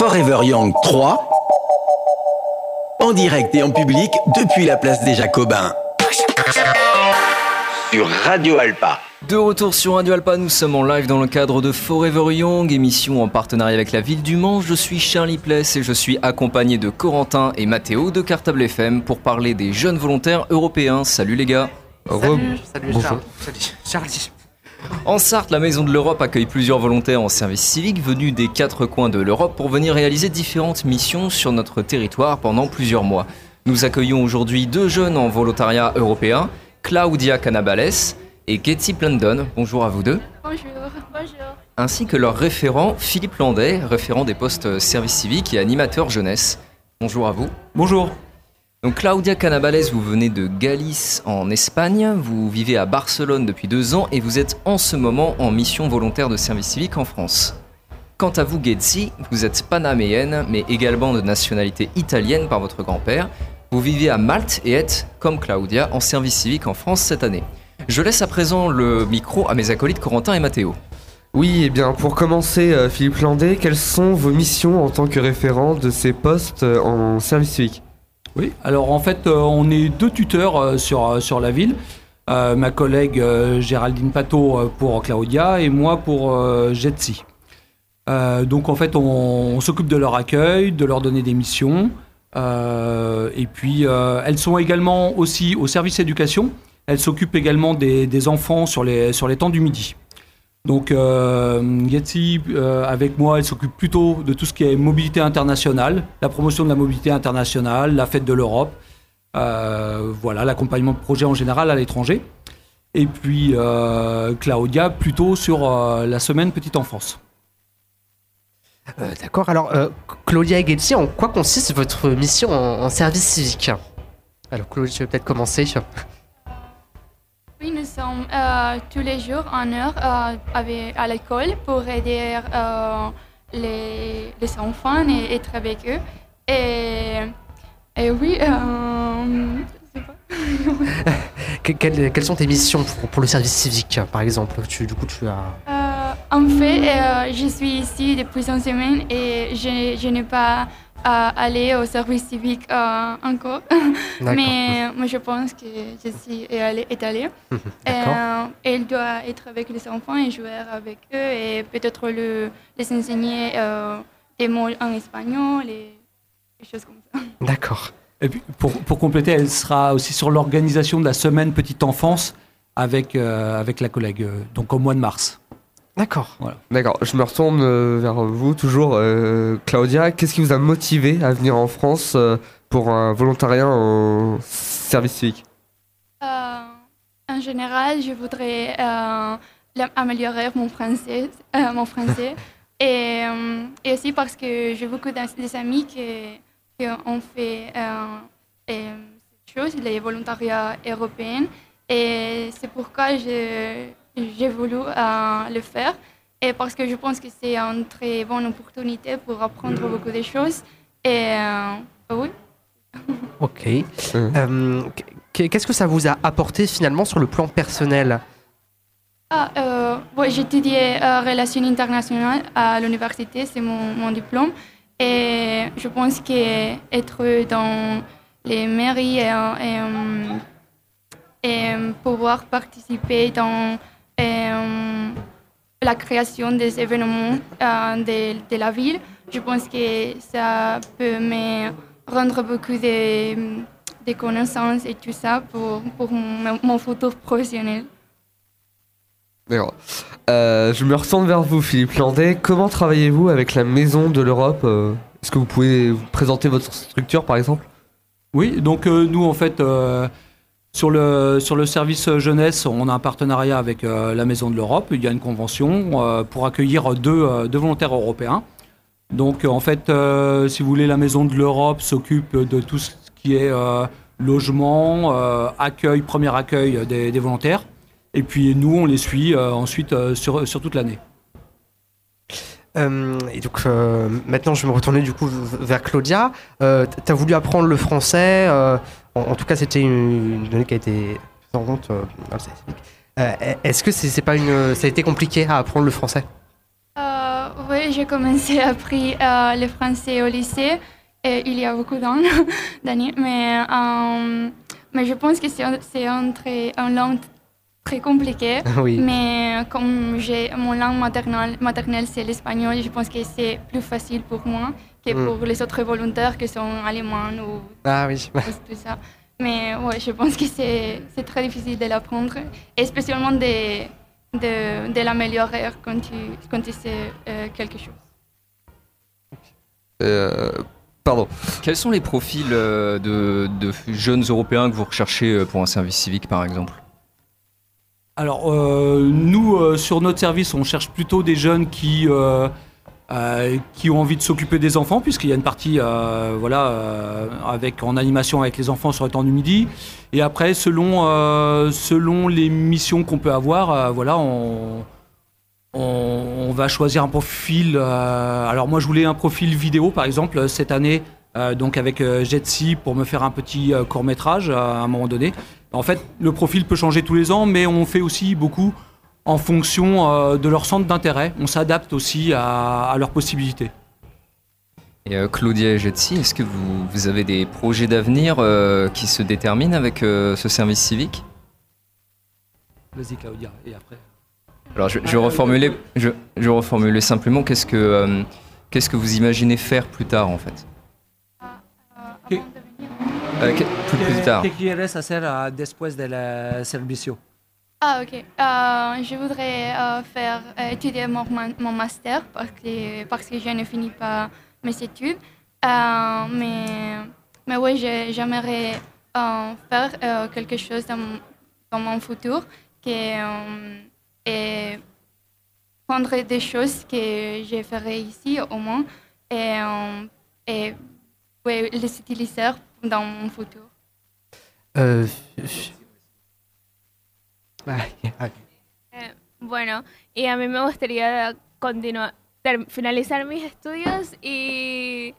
Forever Young 3, en direct et en public depuis la place des Jacobins. Sur Radio Alpa. De retour sur Radio Alpa, nous sommes en live dans le cadre de Forever Young, émission en partenariat avec la ville du Mans. Je suis Charlie Pless et je suis accompagné de Corentin et Mathéo de Cartable FM pour parler des jeunes volontaires européens. Salut les gars. Salut Bonjour. Charlie. En Sarthe, la Maison de l'Europe accueille plusieurs volontaires en service civique venus des 4 coins de l'Europe pour venir réaliser différentes missions sur notre territoire pendant plusieurs mois. Nous accueillons aujourd'hui 2 jeunes en volontariat européen, Claudia Canabales et Katie Plundon. Bonjour à vous deux. Bonjour. Ainsi que leur référent Philippe Landais, référent des postes service civique et animateur jeunesse. Bonjour à vous. Bonjour. Donc Claudia Canabales, vous venez de Galice en Espagne, vous vivez à Barcelone depuis 2 ans et vous êtes en ce moment en mission volontaire de service civique en France. Quant à vous Getzi, vous êtes panaméenne mais également de nationalité italienne par votre grand-père. Vous vivez à Malte et êtes, comme Claudia, en service civique en France cette année. Je laisse à présent le micro à mes acolytes Corentin et Mathéo. Oui, et bien pour commencer, Philippe Landais, quelles sont vos missions en tant que référent de ces postes en service civique ? Oui, alors en fait, on est 2 tuteurs sur la ville. Ma collègue Géraldine Pato pour Claudia et moi pour Jetsi. Donc en fait, on s'occupe de leur accueil, de leur donner des missions. Et puis, elles sont également aussi au service éducation. Elles s'occupent également des enfants sur les temps du midi. Donc, Getsi, avec moi, elle s'occupe plutôt de tout ce qui est mobilité internationale, la promotion de la mobilité internationale, la fête de l'Europe, voilà, l'accompagnement de projets en général à l'étranger. Et puis, Claudia, plutôt sur la semaine petite enfance. D'accord, alors Claudia et Getsi, en quoi consiste votre mission en service civique ? Alors Claudia, tu veux peut-être commencer ? Oui, nous sommes tous les jours en heure à l'école pour aider les enfants et être avec eux. Et oui, je sais pas. Quelles sont tes missions pour le service civique, par exemple ? Tu as... En fait, je suis ici depuis une semaine et je n'ai pas allé au service civique encore. Mais moi, je pense que je suis est allée. Elle doit être avec les enfants et jouer avec eux et peut-être les enseigner des mots en espagnol et des choses comme ça. D'accord. Et puis, pour compléter, elle sera aussi sur l'organisation de la semaine petite enfance avec la collègue, donc au mois de mars. D'accord. Voilà. D'accord, je me retourne vers vous, toujours. Claudia, qu'est-ce qui vous a motivé à venir en France pour un volontariat en service civique ? En général, je voudrais améliorer mon français et aussi parce que j'ai beaucoup d'amis qui ont fait cette chose, les volontariats européens, et c'est pourquoi j'ai voulu le faire et parce que je pense que c'est une très bonne opportunité pour apprendre beaucoup de choses et oui. Ok. Qu'est-ce que ça vous a apporté finalement sur le plan personnel ? J'étudiais relations internationales à l'université, c'est mon diplôme et je pense qu'être dans les mairies et pouvoir participer dans la création des événements de la ville. Je pense que ça peut me rendre beaucoup de connaissances et tout ça pour mon futur professionnel. D'accord. Je me retourne vers vous, Philippe Landais. Comment travaillez-vous avec la Maison de l'Europe ? Est-ce que vous pouvez vous présenter votre structure, par exemple ? Oui, donc nous, en fait... Sur le service jeunesse, on a un partenariat avec la Maison de l'Europe. Il y a une convention pour accueillir deux volontaires européens. Donc en fait, si vous voulez, la Maison de l'Europe s'occupe de tout ce qui est logement, premier accueil des volontaires. Et puis nous, on les suit ensuite sur toute l'année. Et donc maintenant, je vais me retourner du coup vers Claudia. Tu as voulu apprendre le français. En tout cas, c'était une donnée qui a été prise en compte. Est-ce que c'est pas ça a été compliqué à apprendre le français ? Oui, j'ai commencé à apprendre le français au lycée, et il y a beaucoup d'années, mais je pense que c'est une langue très compliquée. Oui. Mais comme mon langue maternelle c'est l'espagnol, je pense que c'est plus facile pour moi que pour les autres volontaires qui sont allemands ou Ah oui. tout ça. Mais ouais, je pense que c'est très difficile de l'apprendre, et spécialement de l'améliorer quand tu sais quelque chose. Pardon. Quels sont les profils de jeunes Européens que vous recherchez pour un service civique, par exemple? Alors, nous, sur notre service, on cherche plutôt des jeunes qui ont envie de s'occuper des enfants, puisqu'il y a une partie en animation avec les enfants sur le temps du midi. Et après, selon les missions qu'on peut avoir, on va choisir un profil. Alors moi, je voulais un profil vidéo, par exemple, cette année, donc avec Jetsi, pour me faire un petit court-métrage à un moment donné. En fait, le profil peut changer tous les ans, mais on fait aussi beaucoup en fonction de leur centre d'intérêt. On s'adapte aussi à leurs possibilités. Et Claudia et Jetsi, est-ce que vous avez des projets d'avenir qui se déterminent avec ce service civique? Vas-y, Claudia, et après. Alors je vais reformuler simplement, qu'est-ce que vous imaginez faire plus tard, en fait? Plus tard. ¿Qué quieres hacer después del servicio? Ah, ok. Je voudrais étudier mon master parce que je ne finis pas mes études. Mais oui, j'aimerais faire quelque chose dans mon futur et prendre des choses que je ferai ici au moins et ouais, les utiliser dans mon futur. Bueno, y a mí me gustaría finalizar mis estudios y...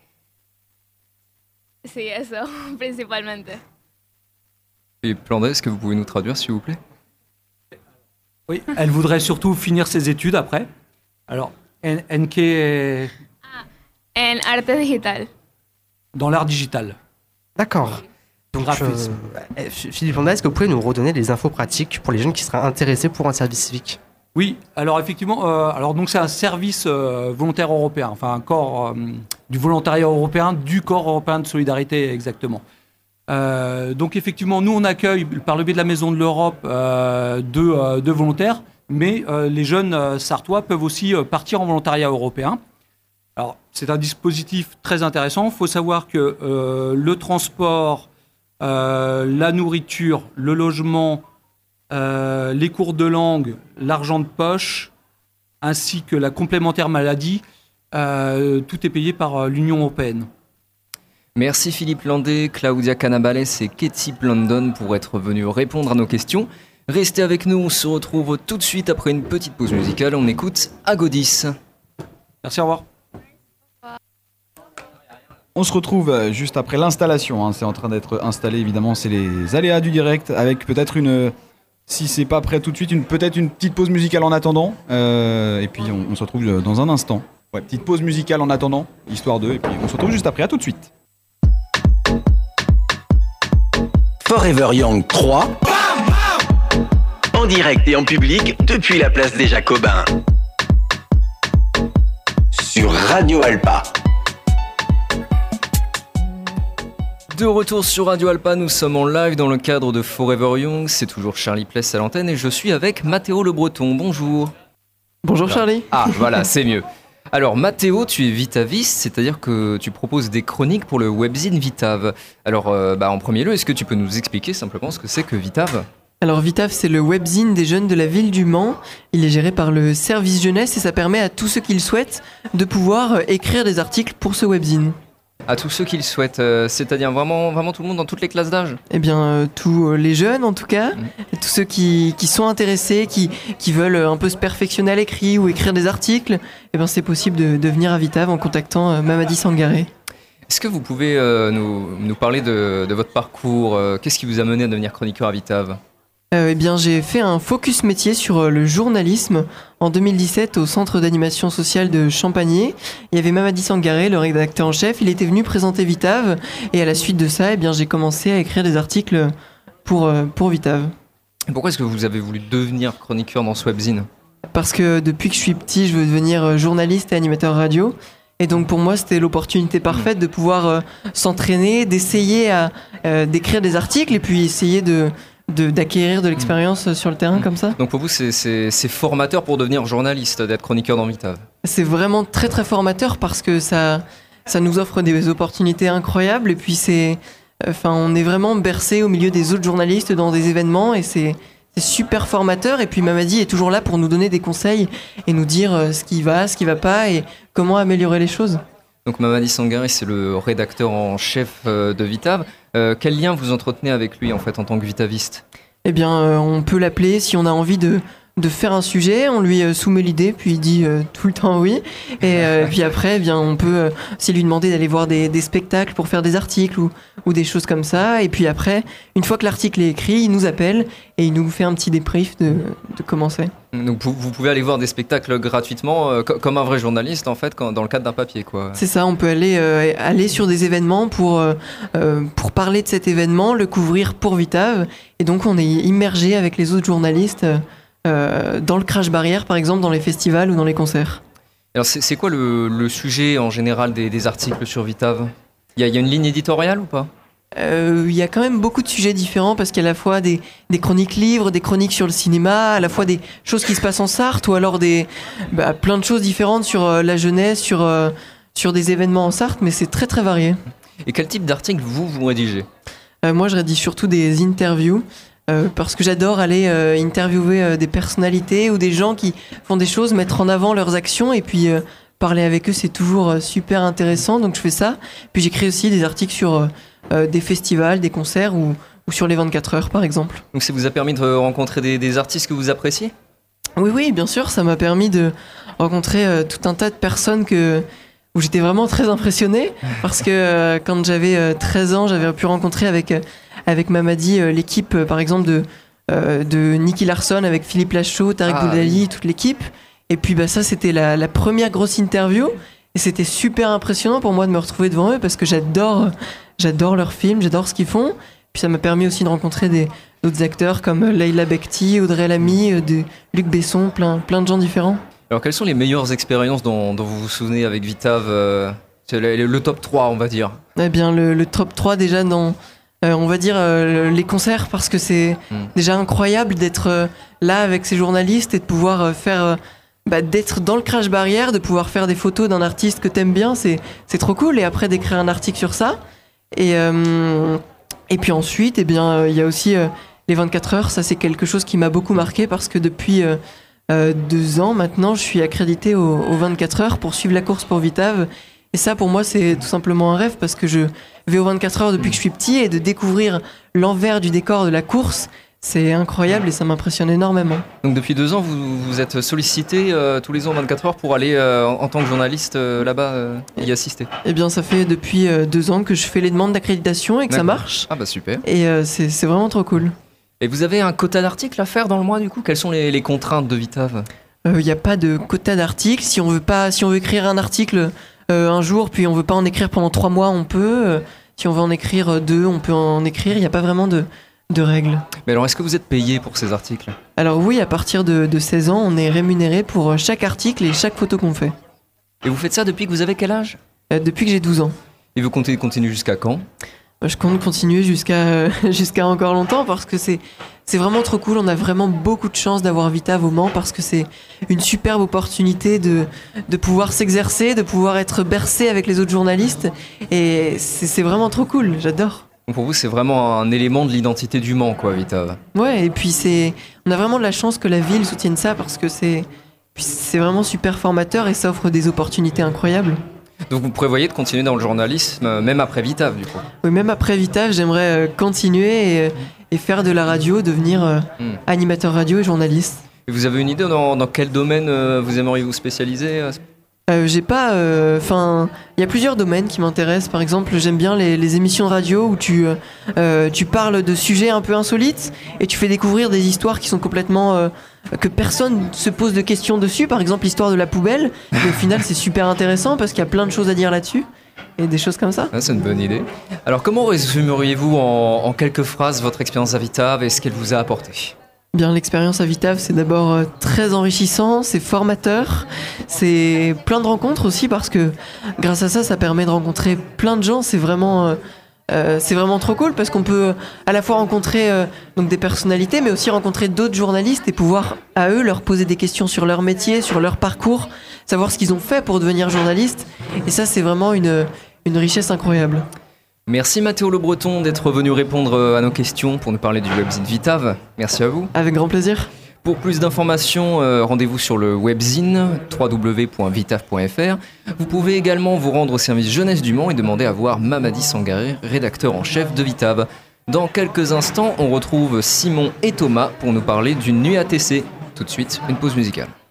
Sí, eso, principalmente. Et Plandais, est-ce que vous pouvez nous traduire, s'il vous plaît? Oui, elle voudrait surtout finir ses études après. Alors, en qué... En arte digital. Dans l'art digital. D'accord. Donc, Graphisme. Philippe Landa, est-ce que vous pouvez nous redonner des infos pratiques pour les jeunes qui seraient intéressés pour un service civique? Oui, alors effectivement, donc c'est un service volontaire européen, enfin un corps du volontariat européen, du corps européen de solidarité exactement. Donc effectivement, nous on accueille par le biais de la Maison de l'Europe deux volontaires, mais les jeunes sartois peuvent aussi partir en volontariat européen. Alors c'est un dispositif très intéressant. Il faut savoir que le transport, la nourriture, le logement, les cours de langue, l'argent de poche, ainsi que la complémentaire maladie, tout est payé par l'Union européenne. Merci Philippe Landais, Claudia Canabales et Katie Blandon pour être venus répondre à nos questions. Restez avec nous, on se retrouve tout de suite après une petite pause musicale. On écoute Agodis. Merci, au revoir. On se retrouve juste après l'installation, c'est en train d'être installé évidemment, c'est les aléas du direct avec peut-être si c'est pas prêt tout de suite, peut-être une petite pause musicale en attendant, et puis on se retrouve dans un instant. Ouais, petite pause musicale en attendant, histoire d'eux, et puis on se retrouve juste après, à tout de suite. Forever Young 3, en direct et en public depuis la place des Jacobins, sur Radio Alpa. De retour sur Radio Alpa, nous sommes en live dans le cadre de Forever Young. C'est toujours Charlie Pless à l'antenne et je suis avec Mathéo Le Breton. Bonjour. Bonjour Charlie. Ah voilà, c'est mieux. Alors Mathéo, tu es vitaviste, c'est-à-dire que tu proposes des chroniques pour le webzine Vitave. Alors en premier lieu, est-ce que tu peux nous expliquer simplement ce que c'est que Vitave ? Alors Vitave, c'est le webzine des jeunes de la ville du Mans. Il est géré par le service jeunesse et ça permet à tous ceux qui le souhaitent de pouvoir écrire des articles pour ce webzine. À tous ceux qui le souhaitent, c'est-à-dire vraiment tout le monde dans toutes les classes d'âge ? Eh bien, tous les jeunes en tout cas, et tous ceux qui sont intéressés, qui veulent un peu se perfectionner à l'écrit ou écrire des articles, eh bien c'est possible de venir à Vitave en contactant Mamadi Sangaré. Est-ce que vous pouvez nous parler de votre parcours ? Qu'est-ce qui vous a mené à devenir chroniqueur à Vitave ? Eh bien, j'ai fait un focus métier sur le journalisme en 2017 au centre d'animation sociale de Champagné. Il y avait Mamadi Sangaré, le rédacteur en chef. Il était venu présenter Vitave. Et à la suite de ça, j'ai commencé à écrire des articles pour Vitave. Pourquoi est-ce que vous avez voulu devenir chroniqueur dans ce webzine ? Parce que depuis que je suis petit, je veux devenir journaliste et animateur radio. Et donc pour moi, c'était l'opportunité parfaite de pouvoir s'entraîner, d'essayer d'écrire des articles et puis essayer d'acquérir de l'expérience sur le terrain comme ça. Donc pour vous, c'est formateur pour devenir journaliste, d'être chroniqueur dans Vitave ? C'est vraiment très très formateur parce que ça nous offre des opportunités incroyables et puis on est vraiment bercé au milieu des autres journalistes dans des événements et c'est super formateur. Et puis Mamadi est toujours là pour nous donner des conseils et nous dire ce qui va pas et comment améliorer les choses. Donc Mamadi Sangaré, c'est le rédacteur en chef de Vitave. Quel lien vous entretenez avec lui en fait en tant que vitaviste ? Eh bien, on peut l'appeler si on a envie de faire un sujet, on lui soumet l'idée, puis il dit tout le temps oui. Et puis après, on peut aussi lui demander d'aller voir des spectacles pour faire des articles ou des choses comme ça. Et puis après, une fois que l'article est écrit, il nous appelle et il nous fait un petit débrief de comment c'est. Donc vous pouvez aller voir des spectacles gratuitement, comme un vrai journaliste en fait, dans le cadre d'un papier, quoi. C'est ça, on peut aller sur des événements pour parler de cet événement, le couvrir pour Vitave. Et donc on est immergé avec les autres journalistes dans le Crash Barrière, par exemple, dans les festivals ou dans les concerts. Alors c'est quoi le sujet en général des articles sur Vitave ? Il y a une ligne éditoriale ou pas ? Il y a quand même beaucoup de sujets différents parce qu'il y a à la fois des chroniques livres, des chroniques sur le cinéma, à la fois des choses qui se passent en Sarthe ou alors plein de choses différentes sur la jeunesse, sur des événements en Sarthe, mais c'est très très varié. Et quel type d'article vous rédigez ? Moi je rédige surtout des interviews. Parce que j'adore aller interviewer des personnalités ou des gens qui font des choses, mettre en avant leurs actions et puis parler avec eux, c'est toujours super intéressant, donc je fais ça. Puis j'écris aussi des articles sur des festivals, des concerts ou sur les 24 heures par exemple. Donc ça vous a permis de rencontrer des artistes que vous appréciez ? Oui, bien sûr, ça m'a permis de rencontrer tout un tas de personnes où j'étais vraiment très impressionné parce que quand j'avais 13 ans, j'avais pu rencontrer avec Mamadi l'équipe par exemple de Nicky Larson avec Philippe Lachaud, Tarek Boudali, toute l'équipe. Et puis ça c'était la première grosse interview et c'était super impressionnant pour moi de me retrouver devant eux parce que j'adore leurs films, j'adore ce qu'ils font. Puis ça m'a permis aussi de rencontrer d'autres acteurs comme Leila Bekti, Audrey Lamy, Luc Besson, plein de gens différents. Alors quelles sont les meilleures expériences dont vous vous souvenez avec Vitave ? C'est le top 3 on va dire. Eh bien le top 3 déjà dans on va dire les concerts parce que c'est déjà incroyable d'être là avec ces journalistes et de pouvoir faire d'être dans le Crash Barrière, de pouvoir faire des photos d'un artiste que t'aimes bien, c'est trop cool et après d'écrire un article sur ça et puis ensuite il y a aussi les 24 heures, ça c'est quelque chose qui m'a beaucoup marqué parce que depuis 2 ans maintenant je suis accrédité aux 24 heures pour suivre la course pour Vitave. Et ça, pour moi, c'est tout simplement un rêve parce que je vais aux 24 heures depuis que je suis petit et de découvrir l'envers du décor de la course, c'est incroyable et ça m'impressionne énormément. Donc depuis 2 ans, vous êtes sollicité tous les ans 24 heures pour aller en tant que journaliste là-bas y assister ? Eh bien, ça fait depuis 2 ans que je fais les demandes d'accréditation et que ça marche. Ah bah super. Et c'est vraiment trop cool. Et vous avez un quota d'articles à faire dans le mois du coup ? Quelles sont les contraintes de Vitave ? Il n'y a pas de quota d'articles. Si on veut écrire un article un jour, puis on veut pas en écrire pendant 3 mois, on peut. Si on veut en écrire 2, on peut en écrire. Il n'y a pas vraiment de règles. Mais alors, est-ce que vous êtes payé pour ces articles ? Alors oui, à partir de 16 ans, on est rémunéré pour chaque article et chaque photo qu'on fait. Et vous faites ça depuis que vous avez quel âge ? Depuis que j'ai 12 ans. Et vous comptez continuer jusqu'à quand ? Je compte continuer jusqu'à encore longtemps parce que c'est vraiment trop cool. On a vraiment beaucoup de chance d'avoir Vitave au Mans parce que c'est une superbe opportunité de pouvoir s'exercer, de pouvoir être bercé avec les autres journalistes. Et c'est vraiment trop cool, j'adore. Donc pour vous, c'est vraiment un élément de l'identité du Mans, quoi, Vitave. Ouais, et puis on a vraiment de la chance que la ville soutienne ça parce que c'est vraiment super formateur et ça offre des opportunités incroyables. Donc vous prévoyez de continuer dans le journalisme, même après Vitave, du coup ? Oui, même après Vitave, j'aimerais continuer et faire de la radio, devenir animateur radio et journaliste. Et vous avez une idée dans quel domaine vous aimeriez vous spécialiser ? J'ai pas. Enfin, il y a plusieurs domaines qui m'intéressent. Par exemple, j'aime bien les émissions de radio où tu parles de sujets un peu insolites et tu fais découvrir des histoires qui sont complètement que personne se pose de questions dessus. Par exemple, l'histoire de la poubelle. Et au final, c'est super intéressant parce qu'il y a plein de choses à dire là-dessus et des choses comme ça. Ah, c'est une bonne idée. Alors, comment résumeriez-vous en quelques phrases votre expérience à Vitave et ce qu'elle vous a apporté ? Bien, l'expérience à Vitave, c'est d'abord très enrichissant, c'est formateur, c'est plein de rencontres aussi parce que grâce à ça, ça permet de rencontrer plein de gens. C'est vraiment trop cool parce qu'on peut à la fois rencontrer donc des personnalités, mais aussi rencontrer d'autres journalistes et pouvoir à eux leur poser des questions sur leur métier, sur leur parcours, savoir ce qu'ils ont fait pour devenir journaliste. Et ça, c'est vraiment une richesse incroyable. Merci Mathéo Le Breton d'être venu répondre à nos questions pour nous parler du webzine Vitave. Merci à vous. Avec grand plaisir. Pour plus d'informations, rendez-vous sur le webzine www.vitave.fr. Vous pouvez également vous rendre au service Jeunesse du Mans et demander à voir Mamadi Sangaré, rédacteur en chef de Vitave. Dans quelques instants, on retrouve Simon et Thomas pour nous parler d'une nuit ATC. Tout de suite, une pause musicale.